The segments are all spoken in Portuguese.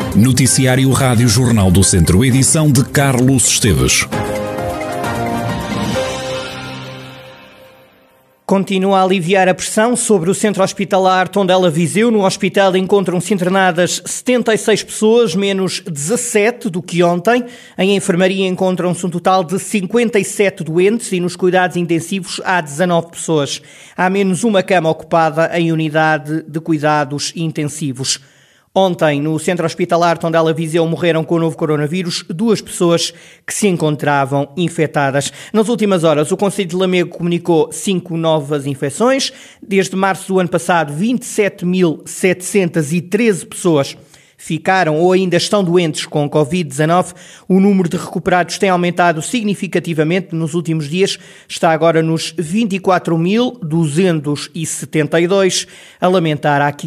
Noticiário Rádio Jornal do Centro, edição de Carlos Esteves. Continua a aliviar a pressão sobre o centro hospitalar Tondela Viseu. No hospital encontram-se internadas 76 pessoas, menos 17 do que ontem. Em enfermaria encontram-se um total de 57 doentes e nos cuidados intensivos há 19 pessoas. Há menos uma cama ocupada em unidade de cuidados intensivos. Ontem, no centro hospitalar Tondela Viseu, morreram com o novo coronavírus 2 pessoas que se encontravam infectadas. Nas últimas horas, o Concelho de Lamego comunicou 5 novas infecções. Desde março do ano passado, 27.713 pessoas ficaram ou ainda estão doentes com Covid-19. O número de recuperados tem aumentado significativamente nos últimos dias. Está agora nos 24.272. A lamentar, há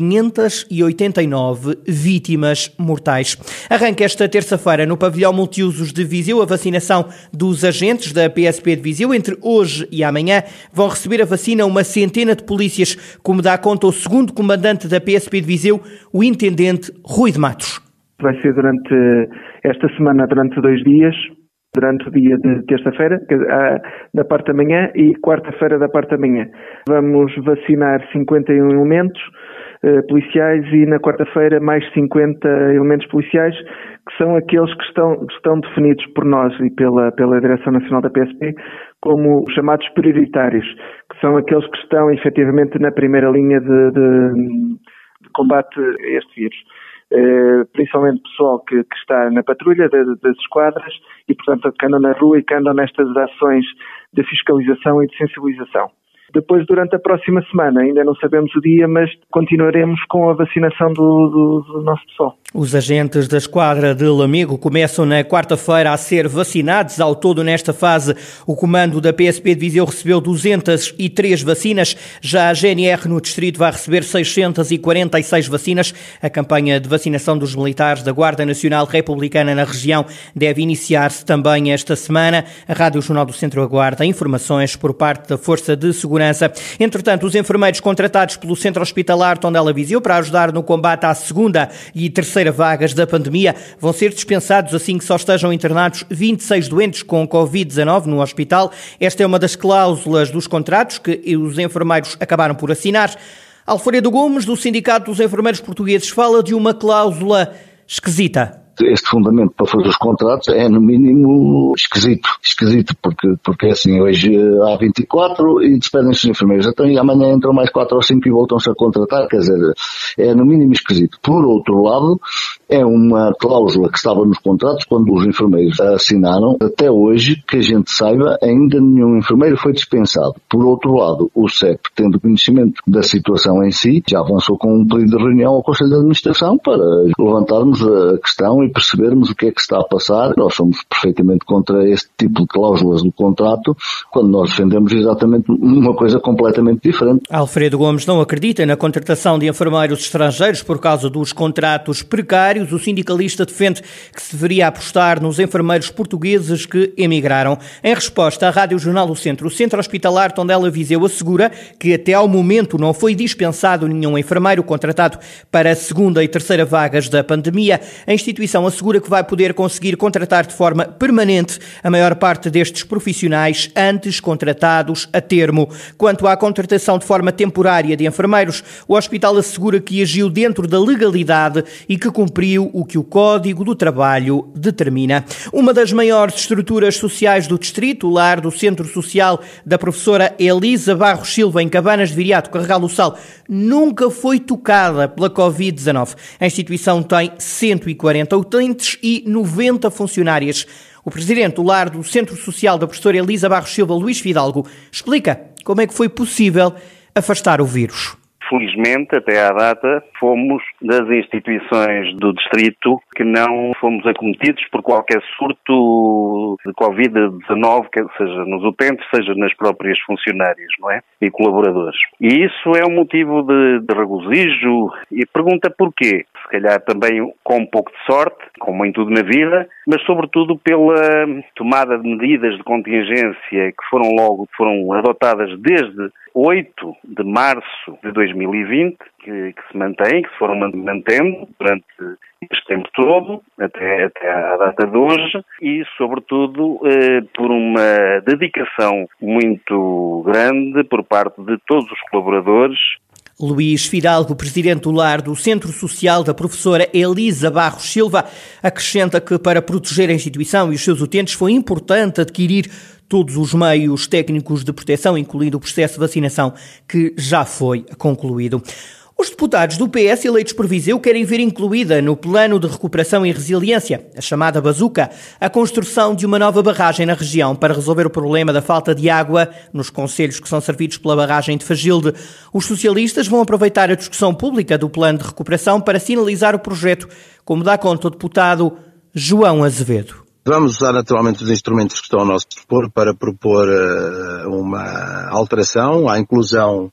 589 vítimas mortais. Arranca esta terça-feira no pavilhão multiusos de Viseu a vacinação dos agentes da PSP de Viseu. Entre hoje e amanhã vão receber a vacina uma centena de polícias, como dá conta o segundo comandante da PSP de Viseu, o intendente Rui de Matos. Vai ser durante esta semana, durante 2 dias, durante o dia de terça-feira, da parte da manhã, e quarta-feira da parte da manhã. Vamos vacinar 51 elementos policiais e na quarta-feira mais 50 elementos policiais, que são aqueles que estão definidos por nós e pela Direção Nacional da PSP como chamados prioritários, que são aqueles que estão efetivamente na primeira linha de combate a este vírus. Principalmente pessoal que está na patrulha das esquadras e, portanto, que andam na rua e que andam nestas ações de fiscalização e de sensibilização. Depois, durante a próxima semana, ainda não sabemos o dia, mas continuaremos com a vacinação do nosso pessoal. Os agentes da esquadra de Lamego começam na quarta-feira a ser vacinados. Ao todo, nesta fase, o comando da PSP de Viseu recebeu 203 vacinas. Já a GNR no distrito vai receber 646 vacinas. A campanha de vacinação dos militares da Guarda Nacional Republicana na região deve iniciar-se também esta semana. A Rádio Jornal do Centro aguarda informações por parte da Força de Segurança. Entretanto, os enfermeiros contratados pelo Centro Hospitalar Tondela Viseu para ajudar no combate à segunda e terceira vagas da pandemia vão ser dispensados assim que só estejam internados 26 doentes com Covid-19 no hospital. Esta é uma das cláusulas dos contratos que os enfermeiros acabaram por assinar. Alfredo Gomes, do Sindicato dos Enfermeiros Portugueses, fala de uma cláusula esquisita. Este fundamento para fazer os contratos é no mínimo esquisito, porque assim, hoje há 24 e despedem-se os enfermeiros, então e amanhã entram mais 4 ou 5 e voltam-se a contratar, quer dizer, é no mínimo esquisito. Por outro lado, é uma cláusula que estava nos contratos quando os enfermeiros a assinaram. Até hoje, que a gente saiba, ainda nenhum enfermeiro foi dispensado. Por outro lado, o CEP, tendo conhecimento da situação em si, já avançou com um pedido de reunião ao Conselho de Administração para levantarmos a questão e percebermos o que é que se está a passar. Nós somos perfeitamente contra este tipo de cláusulas do contrato, quando nós defendemos exatamente uma coisa completamente diferente. Alfredo Gomes não acredita na contratação de enfermeiros estrangeiros por causa dos contratos precários. O sindicalista defende que se deveria apostar nos enfermeiros portugueses que emigraram. Em resposta à Rádio Jornal do Centro, o Centro Hospitalar Tondela Viseu assegura que até ao momento não foi dispensado nenhum enfermeiro contratado para a segunda e terceira vagas da pandemia. A instituição assegura que vai poder conseguir contratar de forma permanente a maior parte destes profissionais antes contratados a termo. Quanto à contratação de forma temporária de enfermeiros, o hospital assegura que agiu dentro da legalidade e que cumpriu o que o Código do Trabalho determina. Uma das maiores estruturas sociais do distrito, o lar do Centro Social da professora Elisa Barros Silva, em Cabanas de Viriato, Carregal do Sal, nunca foi tocada pela Covid-19. A instituição tem 140 utentes e 90 funcionárias. O presidente do lar do Centro Social da professora Elisa Barros Silva, Luís Fidalgo, explica como é que foi possível afastar o vírus. Felizmente, até à data, fomos das instituições do distrito que não fomos acometidos por qualquer surto de Covid-19, seja nos utentes, seja nas próprias funcionárias, não é? E colaboradores. E isso é um motivo de regozijo. E pergunta porquê? Se calhar também com um pouco de sorte, como em tudo na vida, mas sobretudo pela tomada de medidas de contingência que foram adotadas desde 8 de março de 2020, que se mantêm, que se foram mantendo durante este tempo todo, até à data de hoje, e sobretudo por uma dedicação muito grande por parte de todos os colaboradores. Luís Fidalgo, presidente do lar do Centro Social da professora Elisa Barros Silva, acrescenta que para proteger a instituição e os seus utentes foi importante adquirir todos os meios técnicos de proteção, incluindo o processo de vacinação que já foi concluído. Os deputados do PS eleitos por Viseu querem ver incluída no Plano de Recuperação e Resiliência, a chamada Bazuca, a construção de uma nova barragem na região para resolver o problema da falta de água nos concelhos que são servidos pela barragem de Fagilde. Os socialistas vão aproveitar a discussão pública do Plano de Recuperação para sinalizar o projeto, como dá conta o deputado João Azevedo. Vamos usar naturalmente os instrumentos que estão ao nosso dispor para propor uma alteração à inclusão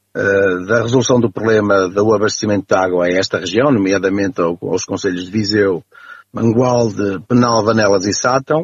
da resolução do problema do abastecimento de água a esta região, nomeadamente aos concelhos de Viseu, Mangualde, Penal, Vanelas e Sátão,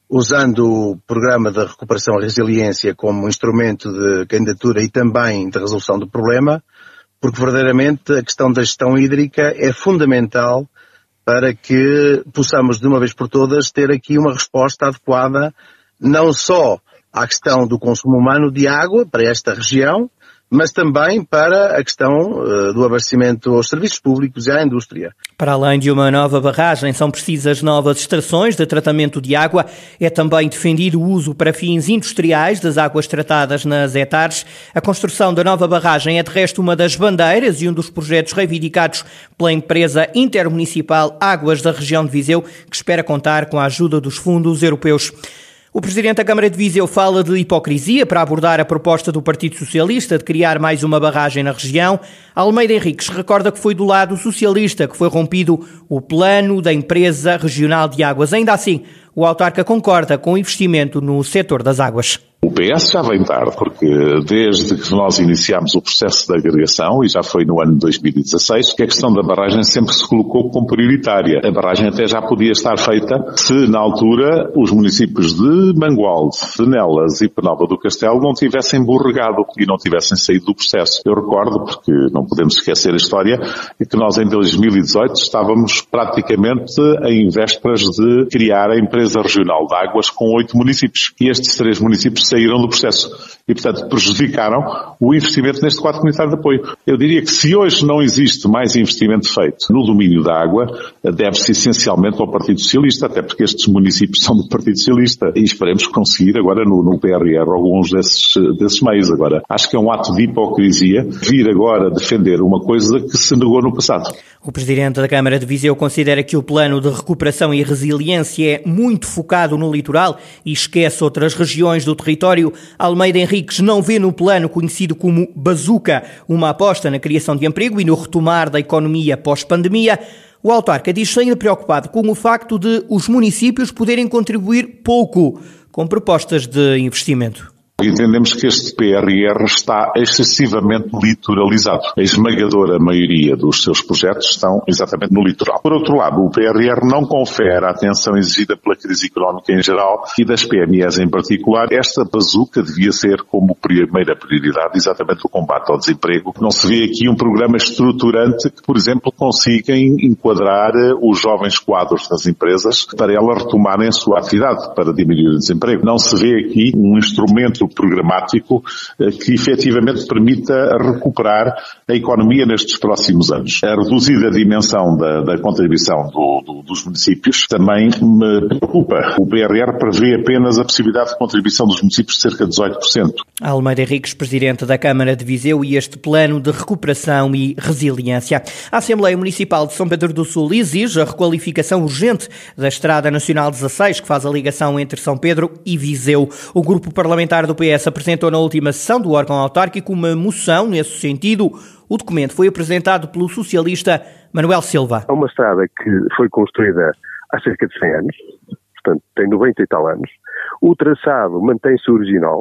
usando o programa de recuperação e resiliência como instrumento de candidatura e também de resolução do problema, porque verdadeiramente a questão da gestão hídrica é fundamental para que possamos de uma vez por todas ter aqui uma resposta adequada não só à questão do consumo humano de água para esta região, mas também para a questão do abastecimento aos serviços públicos e à indústria. Para além de uma nova barragem, são precisas novas estações de tratamento de água. É também defendido o uso para fins industriais das águas tratadas nas hectares. A construção da nova barragem é, de resto, uma das bandeiras e um dos projetos reivindicados pela empresa intermunicipal Águas da região de Viseu, que espera contar com a ajuda dos fundos europeus. O Presidente da Câmara de Viseu fala de hipocrisia para abordar a proposta do Partido Socialista de criar mais uma barragem na região. Almeida Henriques recorda que foi do lado socialista que foi rompido o plano da empresa regional de águas. Ainda assim, o autarca concorda com o investimento no setor das águas. O PS já vem tarde, porque desde que nós iniciámos o processo de agregação, e já foi no ano de 2016, que a questão da barragem sempre se colocou como prioritária. A barragem até já podia estar feita se, na altura, os municípios de Mangualde, Vanelas e Penalva do Castelo não tivessem borregado e não tivessem saído do processo. Eu recordo, porque não podemos esquecer a história, que nós em 2018 estávamos praticamente em vésperas de criar a empresa regional de águas com 8 municípios. E estes 3 municípios saíram do processo e, portanto, prejudicaram o investimento neste quadro comunitário de apoio. Eu diria que se hoje não existe mais investimento feito no domínio da água, deve-se essencialmente ao Partido Socialista, até porque estes municípios são do Partido Socialista e esperemos conseguir agora no PRR alguns desses meios. Agora, acho que é um ato de hipocrisia vir agora defender uma coisa que se negou no passado. O Presidente da Câmara de Viseu considera que o plano de recuperação e resiliência é muito focado no litoral e esquece outras regiões do território. Almeida Henriques não vê no plano conhecido como Bazuca uma aposta na criação de emprego e no retomar da economia pós-pandemia. O autarca diz-se ainda preocupado com o facto de os municípios poderem contribuir pouco com propostas de investimento. Entendemos que este PRR está excessivamente litoralizado. A esmagadora maioria dos seus projetos estão exatamente no litoral. Por outro lado, o PRR não confere a atenção exigida pela crise económica em geral e das PMEs em particular. Esta bazuca devia ser como primeira prioridade exatamente o combate ao desemprego. Não se vê aqui um programa estruturante que, por exemplo, consiga enquadrar os jovens quadros das empresas para elas retomarem a sua atividade, para diminuir o desemprego. Não se vê aqui um instrumento programático que efetivamente permita recuperar a economia nestes próximos anos. A reduzida dimensão da contribuição dos municípios também me preocupa. O PRR prevê apenas a possibilidade de contribuição dos municípios de cerca de 18%. Almeida Henriques, Presidente da Câmara de Viseu, e este plano de recuperação e resiliência. A Assembleia Municipal de São Pedro do Sul exige a requalificação urgente da Estrada Nacional 16, que faz a ligação entre São Pedro e Viseu. O grupo parlamentar do PS apresentou na última sessão do órgão autárquico uma moção nesse sentido. O documento foi apresentado pelo socialista Manuel Silva. É uma estrada que foi construída há cerca de 100 anos, portanto tem 90 e tal anos. O traçado mantém-se original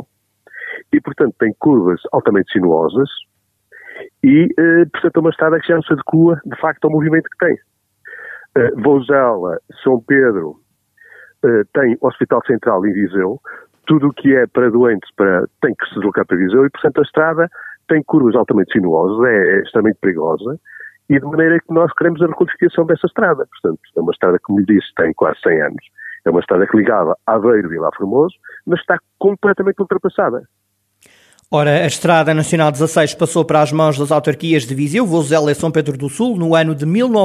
e, portanto, tem curvas altamente sinuosas e, portanto, é uma estrada que já não se adequa, de facto, ao movimento que tem. Vouzela, São Pedro, tem Hospital Central em Viseu. Tudo o que é para doentes tem que se deslocar para Viseu e, portanto, a estrada tem curvas altamente sinuosas, é extremamente perigosa e de maneira que nós queremos a requalificação dessa estrada. Portanto, é uma estrada, como lhe disse, tem quase 100 anos. É uma estrada que ligava Aveiro e Vila Formoso, mas está completamente ultrapassada. Ora, a Estrada Nacional 16 passou para as mãos das autarquias de Viseu, Vozela e São Pedro do Sul no ano de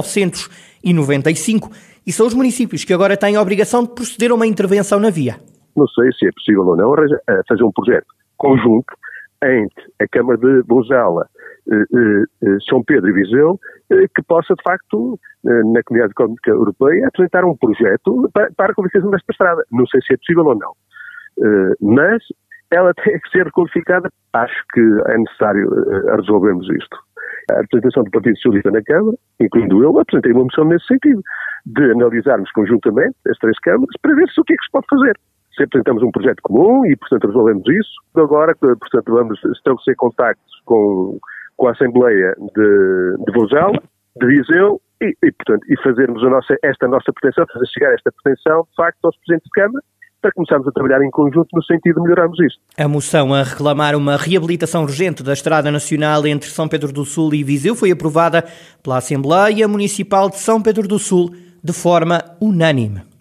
1995 e são os municípios que agora têm a obrigação de proceder a uma intervenção na via. Não sei se é possível ou não fazer um projeto conjunto entre a Câmara de Vozela, São Pedro e Viseu, que possa, de facto, na Comunidade Económica Europeia, apresentar um projeto para a requalificação desta estrada. Não sei se é possível ou não, mas ela tem que ser requalificada. Acho que é necessário resolvermos isto. A representação do Partido Socialista na Câmara, incluindo eu, apresentei uma moção nesse sentido, de analisarmos conjuntamente as três câmaras para ver se o que é que se pode fazer. Se apresentamos um projeto comum e, portanto, resolvemos isso. Agora, portanto, vamos estabelecer contactos com a Assembleia de Vozela, de Viseu e fazermos esta nossa pretensão, fazer chegar esta pretensão, de facto, aos Presidentes de Câmara, para começarmos a trabalhar em conjunto no sentido de melhorarmos isto. A moção a reclamar uma reabilitação urgente da Estrada Nacional entre São Pedro do Sul e Viseu foi aprovada pela Assembleia Municipal de São Pedro do Sul de forma unânime.